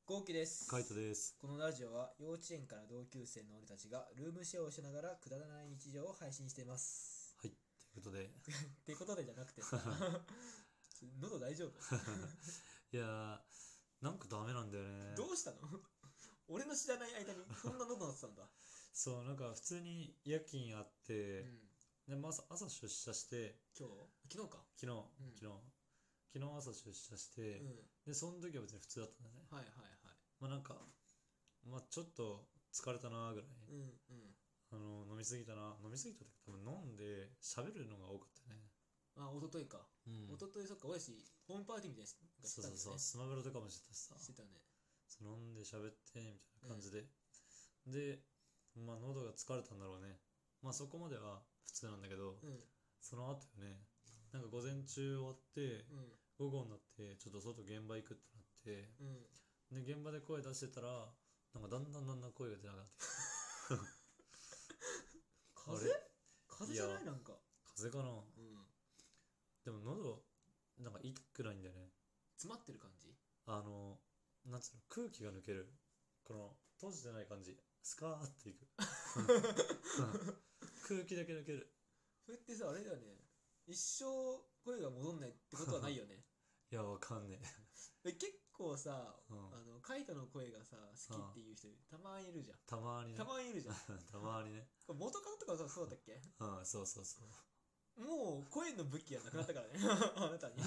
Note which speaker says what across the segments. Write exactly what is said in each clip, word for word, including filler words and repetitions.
Speaker 1: ゴーキです。
Speaker 2: カイトです。
Speaker 1: このラジオは幼稚園から同級生の俺たちがルームシェアをしながらくだらない日常を配信しています。
Speaker 2: はい、ということで。
Speaker 1: っていうことでじゃなくてさ、喉大丈夫？
Speaker 2: いやー、なんかダメなんだよね。
Speaker 1: どうしたの？俺の知らない間にそんな喉鳴ってたんだ。
Speaker 2: そう、なんか普通に夜勤あっ
Speaker 1: う
Speaker 2: て、
Speaker 1: ん。
Speaker 2: で、まあ、朝朝出社して、
Speaker 1: 今日昨日か。
Speaker 2: 昨日、
Speaker 1: うん
Speaker 2: 昨日、昨日朝出社して、
Speaker 1: うん。
Speaker 2: で、その時は別に普通だったんだね。
Speaker 1: はいはいはい。
Speaker 2: まあなんか、まあちょっと疲れたなーぐらい。
Speaker 1: うんうん。
Speaker 2: あの、飲みすぎたな。飲みすぎたって多分飲んで喋るのが多かったね。
Speaker 1: あ、一昨日か。
Speaker 2: うん。
Speaker 1: 一昨日そっか、おやし、ホームパーティーみたいなのがしてたんだね。
Speaker 2: そうそうそう、スマブラとかもしてたしさ。
Speaker 1: してたね。
Speaker 2: そう飲んで喋ってみたいな感じで、でまあ喉が疲れたんだろうね。まあそこまでは普通なんだけど、
Speaker 1: うん。
Speaker 2: その後よね、なんか午前中終わって
Speaker 1: うん。
Speaker 2: 午後になってちょっと外現場行くってなって、
Speaker 1: うん。
Speaker 2: で現場で声出してたらなんかだんだんだんだん声が出なくなってきた。あ
Speaker 1: 風
Speaker 2: れ、
Speaker 1: 風邪じゃないなんか。
Speaker 2: 風邪かな。
Speaker 1: うん。
Speaker 2: でも喉なんか痛くないんだよね。
Speaker 1: 詰まってる感じ？
Speaker 2: あのなんつうの、空気が抜ける、この閉じてない感じ、スカーっていく。空気だけ抜ける。
Speaker 1: それってさ、あれだよね。一生声が戻んないってことはないよね。
Speaker 2: いや、わかんね
Speaker 1: え結構さ、
Speaker 2: え。うん。
Speaker 1: あの、カイトの声がさ、好きっていう人たまにいるじゃん。
Speaker 2: たまにね。
Speaker 1: たまにいるじゃん。
Speaker 2: たまにね。
Speaker 1: これ元カノとかさそうだったっけ？
Speaker 2: うん、そうそうそう。
Speaker 1: もう声の武器がなくなったからね。あなたに。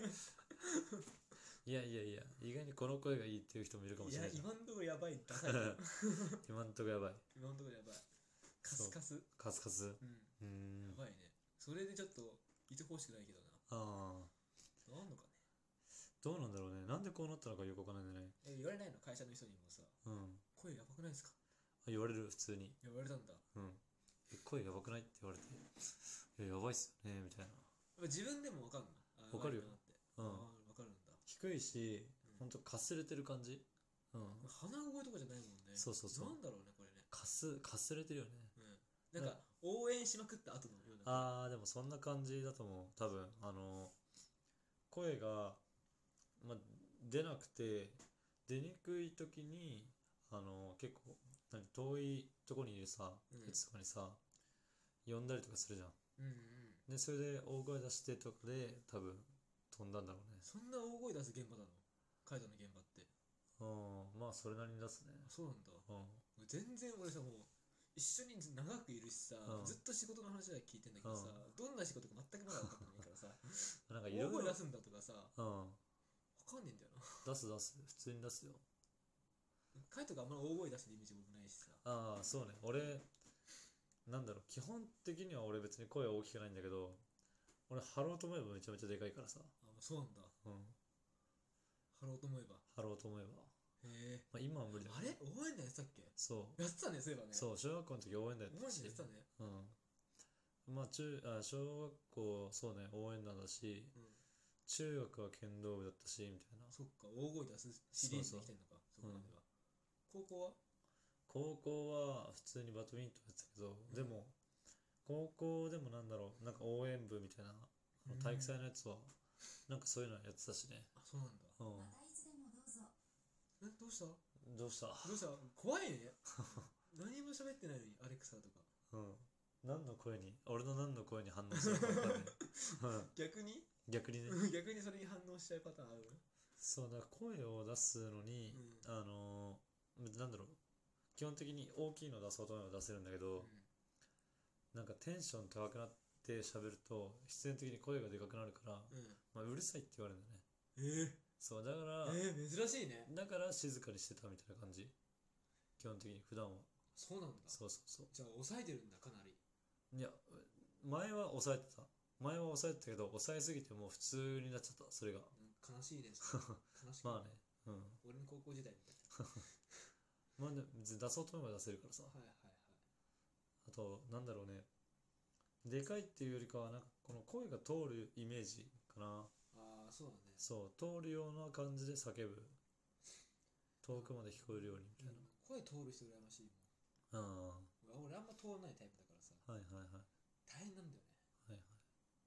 Speaker 2: いやいやいや、意外にこの声がいいっていう人もいるかも
Speaker 1: いや、
Speaker 2: しれないじゃん。
Speaker 1: 今んとこやばい、ダサいよ。
Speaker 2: 今んとこやばい。
Speaker 1: 今んとこやばい。カスカス。
Speaker 2: カスカス。
Speaker 1: うん。
Speaker 2: うーん。
Speaker 1: やばいね。それでちょっと、いてほしくないけどな。
Speaker 2: ああ。
Speaker 1: なんのかね。
Speaker 2: どうなんだろうね。なんでこうなったのかよくわかんないんだね。
Speaker 1: え、言われないの会社の人にもさ、
Speaker 2: うん。
Speaker 1: 声やばくないですか？
Speaker 2: あ、言われる、普通に。
Speaker 1: 言われたんだ。
Speaker 2: うん。え、声やばくないって言われて。いや、やばいっすよね、みたい
Speaker 1: 自分でもわかんの？あ
Speaker 2: わかるよ。
Speaker 1: やばいなって。
Speaker 2: な。うん。
Speaker 1: ああ、わかるんだ。
Speaker 2: 低いし、
Speaker 1: うん
Speaker 2: ほんとかすれてる感じ。うん。
Speaker 1: 鼻声とかじゃないもんね。
Speaker 2: そうそうそう。
Speaker 1: なんだろうね、これね。
Speaker 2: かす、かすれてるよね。
Speaker 1: うん。なんか、応援しまくった後のような。
Speaker 2: ああ、でもそんな感じだと思う。多分、あの、声が、まあ、出なくて、出にくい時に、あの、結構、何、遠いとこにいるさ、
Speaker 1: うん
Speaker 2: やつとかにさ、呼んだりとかするじゃん。
Speaker 1: うんうん。
Speaker 2: で、それで大声出してとかで、多分、飛んだんだろうね。
Speaker 1: そんな大声出す現場なの？カイトの現場って。
Speaker 2: うん、まあ、それなりに出すね。
Speaker 1: あ、そうなんだ。
Speaker 2: うん。
Speaker 1: 全然俺さ、もう、一緒に長くいるしさ、
Speaker 2: うん
Speaker 1: ずっと仕事の話は聞いてんだけどさ、
Speaker 2: う
Speaker 1: どんな仕事か全くまだ分かってないからさ、
Speaker 2: なんかいろいろ、
Speaker 1: 大声出すんだとかさ、
Speaker 2: うん、
Speaker 1: 分かんねえんだよな。
Speaker 2: 出す出す。普通に出すよ。
Speaker 1: カイトがあんまり大声出すイメージ僕ないしさ。
Speaker 2: ああ、そうね。俺、なんだろう、基本的には俺別に声は大きくないんだけど、俺、張ろうと思えばめちゃめちゃでかいからさ。
Speaker 1: あ、そうなんだ。
Speaker 2: うん。
Speaker 1: 張ろうと思えば。
Speaker 2: 張ろうと思えば。
Speaker 1: へえ。
Speaker 2: まあ、今は無理だ
Speaker 1: あれ応援団やってたっけ？
Speaker 2: そう。
Speaker 1: やってたね、そういえばね。
Speaker 2: そう、小学校の時応援団やって
Speaker 1: 応援団
Speaker 2: たし。
Speaker 1: やってたね。
Speaker 2: うん。まあ、中、あ、小学校、そうね、応援団だし、
Speaker 1: うん。
Speaker 2: 中学は剣道部だったし、みたいな。
Speaker 1: そっか、大声出すシリーズできてんのか、そこまでは。高校は？
Speaker 2: 高校は普通にバドミントンやってたけど、
Speaker 1: うん
Speaker 2: でも、高校でもなんだろう、なんか応援部みたいな、あの体育祭のやつは、なんかそういうのやってたしね。
Speaker 1: あ、そうなんだ。
Speaker 2: うん。
Speaker 1: え、どうした？
Speaker 2: どうした
Speaker 1: どうした怖いね。何も喋ってないのに、アレクサとか。
Speaker 2: うん。何の声に、俺の何の声に反応するか分かんない。うん。
Speaker 1: 逆に
Speaker 2: 逆にね。
Speaker 1: 逆にそれに反応しちゃうパターンある？
Speaker 2: そうだ、声を出すのに、
Speaker 1: うん
Speaker 2: あのー、なんだろう、基本的に大きいの出そうと思えば出せるんだけど、なんかテンション高くなって喋ると必然的に声がでかくなるから、
Speaker 1: うん。うん。
Speaker 2: まあ、うるさいって言われるんだね。
Speaker 1: え
Speaker 2: そうだか
Speaker 1: ー、
Speaker 2: ら、
Speaker 1: えー、珍しいね。
Speaker 2: だから静かにしてたみたいな感じ。基本的に普段は。
Speaker 1: そうなんだ。
Speaker 2: そうそうそう。
Speaker 1: じゃあ、抑えてるんだ、かなり。
Speaker 2: いや、前は抑えてた。前は抑えてたけど、抑えすぎてもう普通になっちゃった、それが。
Speaker 1: うん悲しいです。悲しい。
Speaker 2: まあね。うん。
Speaker 1: 俺の高校時代みたいな。
Speaker 2: まあね、別に出そうと思えば出せるからさ。
Speaker 1: はいはいはい。
Speaker 2: あと、なんだろうね。でかいっていうよりかは、なんかこの声が通るイメージかな。
Speaker 1: ああ、そうだね。
Speaker 2: そう、通るような感じで叫ぶ。遠くまで聞こえるようにみたい
Speaker 1: うん、声通る人羨ましいもん。
Speaker 2: な。あ
Speaker 1: 俺あんま通らないタイプだからさ、
Speaker 2: あ、はいはいはい。
Speaker 1: 大変なんだよね。
Speaker 2: はいはい。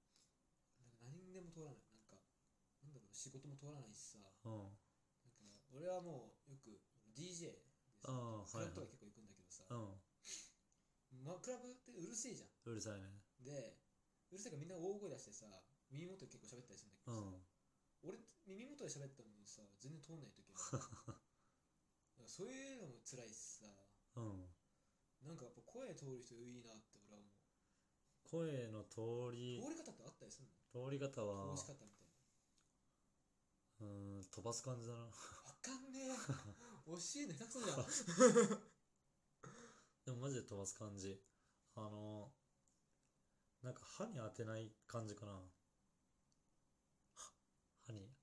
Speaker 1: なんか何にでも通らない。なんか、なんだろう、仕事も通らないしさ、
Speaker 2: うん。
Speaker 1: なんか俺はもうよく ディージェー でさ、
Speaker 2: ああ、
Speaker 1: クラブとか結構行くんだけどさ、
Speaker 2: うん。
Speaker 1: まあ、クラブってうるせえじゃん。
Speaker 2: うるさいね。
Speaker 1: で、うるせえからみんな大声出してさ、耳元で結構喋ったりするんだけどさ、
Speaker 2: うん。
Speaker 1: 俺耳元で喋ったのにさ、全然通んない時ある。だからそういうのも辛いしさ、
Speaker 2: うん。
Speaker 1: なんかやっぱ声通る人いいなって俺は思う。
Speaker 2: 声の通り、
Speaker 1: 通り方ってあったりするの？
Speaker 2: 通り方は、
Speaker 1: 通し方みたいな。
Speaker 2: うーん、飛ばす感じだな。
Speaker 1: わかんねえ。教えんの下手くそじゃん。
Speaker 2: でもマジで飛ばす感じ。あの、なんか歯に当てない感じかな。歯に。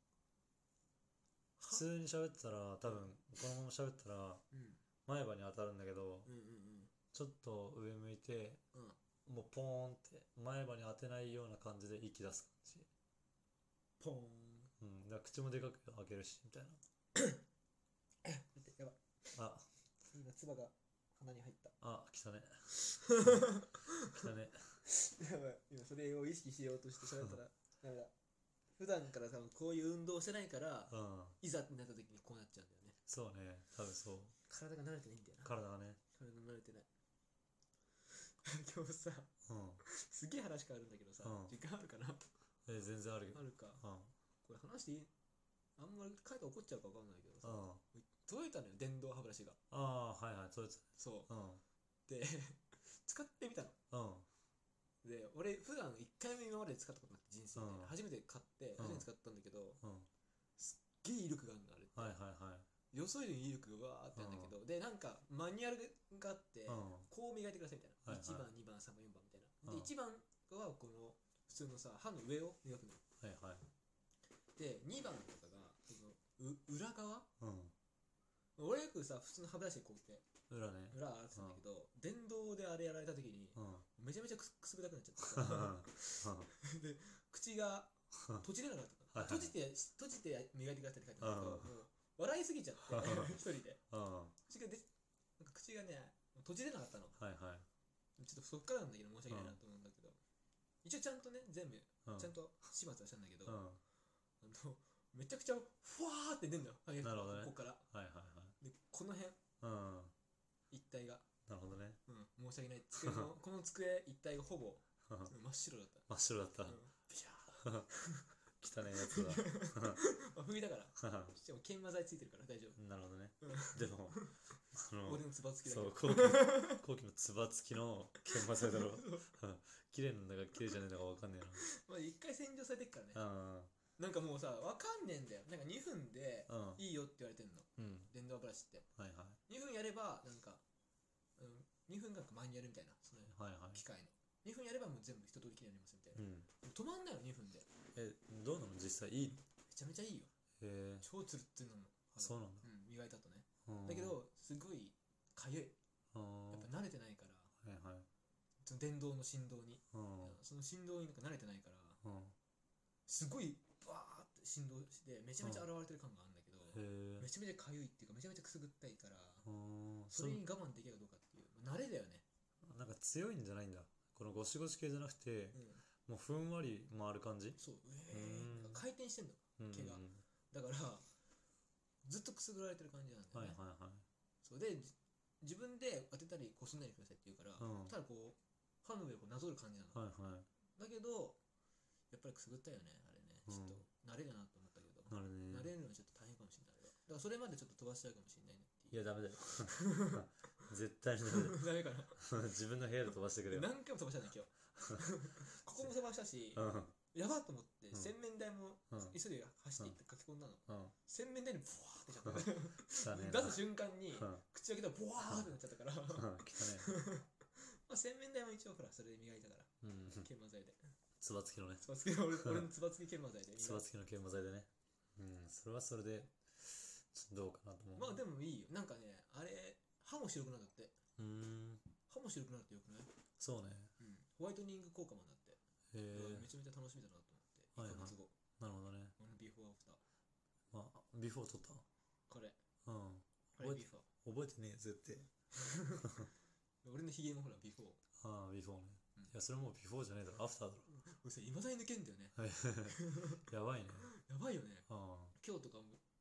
Speaker 2: 普通に喋ってたら、多分、このまま喋ったら、
Speaker 1: うん。
Speaker 2: 前歯に当たるんだけど、
Speaker 1: うんうんうん。
Speaker 2: ちょっと上向いて、
Speaker 1: うん。
Speaker 2: もうポーンって前歯に当てないような感じで息出す感じ。
Speaker 1: ポーン。
Speaker 2: うん、だから口もでかく開けるし、みたい
Speaker 1: 待って、やばい。
Speaker 2: な。あ、
Speaker 1: 今、唾が鼻に入った。
Speaker 2: あ、来たね。来たね。
Speaker 1: やばい。今、それを意識しようとして喋ったら、ダメだ。普段から多分こういう運動してないから、
Speaker 2: うん。
Speaker 1: いざってなった時にこうなっちゃうんだよね。
Speaker 2: そうね、多分そう。
Speaker 1: 体が慣れてないんだよな。
Speaker 2: 体がね。
Speaker 1: 体が慣れてない。今日さ、
Speaker 2: うん。
Speaker 1: すげえ話変わるんだけどさ、
Speaker 2: うん
Speaker 1: 時間あるかな？
Speaker 2: え、全然あるよ。
Speaker 1: あるか。
Speaker 2: うん。
Speaker 1: これ話していい？あんまり書いて怒っちゃうか分かんないけどさ、
Speaker 2: うん。
Speaker 1: 届いたのよ、電動歯ブラシが。
Speaker 2: ああ、はいはい、そうです。
Speaker 1: そう
Speaker 2: うん。
Speaker 1: で使ってみたの
Speaker 2: うん。
Speaker 1: で、俺普段一回も今まで使ったことなくて、人生で、
Speaker 2: うん
Speaker 1: 初めて買って
Speaker 2: うん
Speaker 1: 初めて使ったんだけど、
Speaker 2: うん。
Speaker 1: すっげえ威力があるのあれって、
Speaker 2: はいはいはい。
Speaker 1: 予想以上に威力がわーってあるんだけど、でなんかマニュアルがあって、
Speaker 2: うん。
Speaker 1: こう磨いてくださいみたいな、
Speaker 2: はいはい
Speaker 1: いちばんにばんさんばんよんばんみたいな、
Speaker 2: うん
Speaker 1: でいちばんはこの普通のさ歯の上を磨くの
Speaker 2: はいはい。
Speaker 1: で、にばんとかがそのう裏側、
Speaker 2: うん。
Speaker 1: 俺よくさ普通の歯ブラシでこうやって
Speaker 2: 裏ね。
Speaker 1: 裏洗ってたんだけど、電動であれやられた時に
Speaker 2: うん。
Speaker 1: めちゃめちゃくすくすぶたくなっちゃってさ
Speaker 2: うん。
Speaker 1: で口が閉じれなかったの
Speaker 2: はいはい
Speaker 1: 閉じて閉じて磨いてくださいって書いてあるんだけど、
Speaker 2: うん
Speaker 1: もう笑いすぎちゃって一人で
Speaker 2: うん。
Speaker 1: 口がでなんか口がね閉じれなかったの。
Speaker 2: はいはい。
Speaker 1: ちょっとそっからなんだけど申し訳ないなと思うんだけど、一応ちゃんとね全部
Speaker 2: うん。
Speaker 1: ちゃんと始末はしたんだけど、あ
Speaker 2: うん。
Speaker 1: のめちゃくちゃふわーって出んのよ、あげ
Speaker 2: なるほどね
Speaker 1: ここから
Speaker 2: はいはいはい。
Speaker 1: でこの辺
Speaker 2: うん。
Speaker 1: 一帯が、
Speaker 2: なるほどね。
Speaker 1: うん、申し訳ない、机のこの机一帯がほぼ
Speaker 2: 真
Speaker 1: 真っ白だった、
Speaker 2: っ白だった。
Speaker 1: うん、ビシャー
Speaker 2: 汚ねえやつだ。
Speaker 1: まあ、冬だからしかも研磨剤ついてるから大丈夫、
Speaker 2: なるほどね。
Speaker 1: うん、
Speaker 2: でも、あの、
Speaker 1: 俺のつばつきだけど
Speaker 2: そう、後期、後期のつばつきの研磨剤だろ。うん綺麗なんだか綺麗じゃねえんだかわかんね
Speaker 1: まあ一回洗浄されてっからね、
Speaker 2: えな。
Speaker 1: なんかもうさわかんねえんだよ、なんかにふんで
Speaker 2: うん。うん。
Speaker 1: いいよって言われてんの
Speaker 2: うん。
Speaker 1: 電動ブラシって、
Speaker 2: はいはい。
Speaker 1: にふんやればなんか、うん、にふんがマニュアルみたいな、その
Speaker 2: はいはい。
Speaker 1: 機械のにふんやればもう全部一通りきれいになりますみたいな、
Speaker 2: うん。
Speaker 1: 止まんないよにふんで、
Speaker 2: え、どうなの実際いいの？
Speaker 1: めちゃめちゃいいよ、
Speaker 2: へえ。
Speaker 1: 超ツルッツルなの、
Speaker 2: そうなんだ。
Speaker 1: うん、磨いたとね、
Speaker 2: うん
Speaker 1: だけ、どすごいかゆい、
Speaker 2: や
Speaker 1: やっぱ慣れてないから、
Speaker 2: はいはい。
Speaker 1: その電動の振動に、
Speaker 2: うん。
Speaker 1: その振動になんか慣れてないから
Speaker 2: うん。
Speaker 1: すごいバーって振動してめちゃめちゃ現れてる感があるんだけど、
Speaker 2: へえ。
Speaker 1: めちゃめちゃかゆいっていうかめちゃめちゃくすぐったいから、
Speaker 2: うん。
Speaker 1: それに我慢できるかどうかっていう、まあ慣れだよね、
Speaker 2: なんか強いんじゃないんだ。このゴシゴシ系じゃなくて、
Speaker 1: うん、
Speaker 2: もうふんわり回る感じ。
Speaker 1: そう、え
Speaker 2: うん
Speaker 1: ー、回転してんの
Speaker 2: うん。
Speaker 1: 毛がだからずっとくすぐられてる感じなんだ
Speaker 2: はい
Speaker 1: よね、
Speaker 2: はいはい。
Speaker 1: そうでじ自分で当てたりこすんないでくださいって言うから、
Speaker 2: うん
Speaker 1: ただこう歯の上をこうなぞる感じなの、
Speaker 2: はいはい。
Speaker 1: だけどやっぱりくすぐったいよねあれね、
Speaker 2: うん
Speaker 1: ちょっと慣れるなと思ったけど、
Speaker 2: なるね。
Speaker 1: 慣れるのはちょっと大変かもしれない、あれはだからそれまでちょっと飛ばしちゃうかもしれないねって
Speaker 2: い
Speaker 1: いう
Speaker 2: や、ダメだよ。絶対にダメだよ。
Speaker 1: ダメかな
Speaker 2: 自分の部屋で飛ばしてくれよ。
Speaker 1: 何回も飛ばしたね今日ここも飛ばしたし、
Speaker 2: うん。
Speaker 1: やばっと思って、
Speaker 2: うん
Speaker 1: 洗面台も
Speaker 2: うん。
Speaker 1: 急いで走っていって書き込んだの、
Speaker 2: うん。
Speaker 1: 洗面台にブワーってちゃった
Speaker 2: 汚ねえな。
Speaker 1: 出す瞬間に
Speaker 2: うん。
Speaker 1: 口開けたらブワーってなっちゃったから
Speaker 2: うん。汚ね
Speaker 1: まあ洗面台も一応ほらそれで磨いたから
Speaker 2: え。うん。
Speaker 1: 研磨剤で
Speaker 2: つばつきのね。
Speaker 1: つばつきの俺俺のつばつき研磨剤で
Speaker 2: つばつきの研磨剤でね。うん。それはそれで、ちょっとどうかなと思う。
Speaker 1: まあでもいいよ、なんかねあれ歯も白くなるんだって、
Speaker 2: うーん。
Speaker 1: 歯も白くなるってよくない？
Speaker 2: そうね。
Speaker 1: うん、ホワイトニング効果もあるんだって、
Speaker 2: へえ。
Speaker 1: めちゃめちゃ楽しみだなと思って、
Speaker 2: はいはい
Speaker 1: いっかげつご、
Speaker 2: なるほどね。
Speaker 1: 俺のビフォーアフター
Speaker 2: まあ、ビフォー撮った
Speaker 1: これ
Speaker 2: うん。
Speaker 1: これビフォー
Speaker 2: 覚えてねえ、絶対。
Speaker 1: 俺のヒゲもほらビフォー、
Speaker 2: ああ、ビフォーね。
Speaker 1: うん
Speaker 2: いや、それもうビフォーじゃねえだろ。アフターだろ。
Speaker 1: 俺さ、いまだに抜けんだよね。
Speaker 2: やばいね。
Speaker 1: やばいよね。
Speaker 2: あ
Speaker 1: 今日とかも、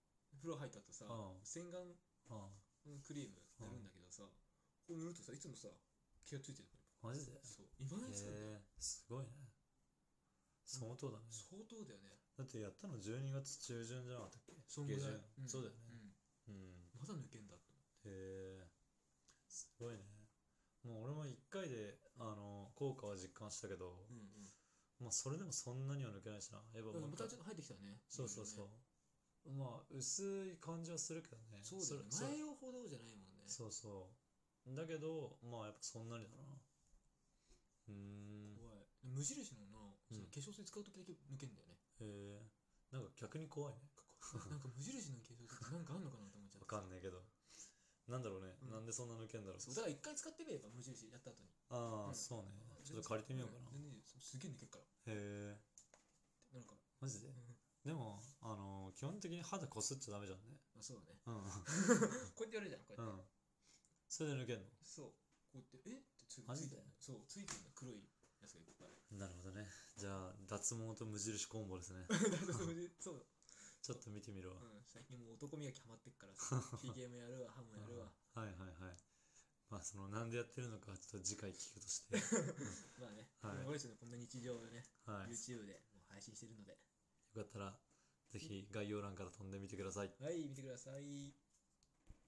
Speaker 1: 風呂入った後さ、
Speaker 2: うん
Speaker 1: 洗顔
Speaker 2: あ
Speaker 1: クリーム塗るんだけどさ、こう塗るとさ、いつもさ、毛がついてる。
Speaker 2: マジで。
Speaker 1: そう、今までつくんだよ。
Speaker 2: へえすごいね。相当だね。
Speaker 1: 相当だよね。
Speaker 2: だってやったのじゅうにがつ中旬じゃなかったっけ。
Speaker 1: そんぐらい。
Speaker 2: 下旬、
Speaker 1: うん
Speaker 2: そうだよね。
Speaker 1: うん。
Speaker 2: うん。
Speaker 1: まだ抜けんだって。
Speaker 2: へえすごいね。もう俺もいっかいであの効果は実感したけど、
Speaker 1: うんうん。
Speaker 2: まあそれでもそんなには抜けないしな。やっぱ
Speaker 1: うん、ま
Speaker 2: もう一回
Speaker 1: たちょっと入ってきたね。
Speaker 2: そうそうそう
Speaker 1: いろいろね。
Speaker 2: まあ薄い感じはするけどね。
Speaker 1: そうだよね。
Speaker 2: それ
Speaker 1: 前ほどじゃないもんね。
Speaker 2: そうそうだけどまあやっぱそんなにだな。うーん
Speaker 1: 怖い。無印のな、
Speaker 2: うん
Speaker 1: その化粧水使うときだけ抜けんだよね。
Speaker 2: へえなんか逆に怖いね。
Speaker 1: なんか無印の化粧水ってなんかあんのかなって思っちゃっ
Speaker 2: わ
Speaker 1: て。
Speaker 2: かんないけどなんだろうね、
Speaker 1: うん
Speaker 2: なんでそんな抜けんだろう。
Speaker 1: そうだから一回使ってみれば無印やった後に。
Speaker 2: ああ、
Speaker 1: うん
Speaker 2: そうね。ちょっと借りてみようかな。
Speaker 1: うん全然いいよすげえ抜けるから。
Speaker 2: へえ
Speaker 1: なんか、
Speaker 2: マジで。
Speaker 1: うん
Speaker 2: でもあの基本的に肌こすっちゃダメじゃんね。
Speaker 1: まあそうだね。
Speaker 2: うん
Speaker 1: こうやってやるじゃん、こうやって。
Speaker 2: うんそれで抜けんの。
Speaker 1: そう。こうやって、えってつ
Speaker 2: マジで
Speaker 1: ついてるねそう、ついてるんだ。黒いやつがいっぱい。
Speaker 2: なるほどね。じゃあ脱毛と無印コンボですね。
Speaker 1: そう。
Speaker 2: ちょっと見てみるわ。
Speaker 1: うん、最近もう男磨きハマってっからさ、ヒゲもやるわ、歯もやるわ。
Speaker 2: はいはいはい。まあそのなんでやってるのかちょっと次回聞くとして。
Speaker 1: まあね、
Speaker 2: はい
Speaker 1: 俺たちのこんな日常をね、
Speaker 2: はい。よ
Speaker 1: YouTube でもう配信してるので、
Speaker 2: かったらぜひ概要欄から飛んでみてください。
Speaker 1: はい、見てください。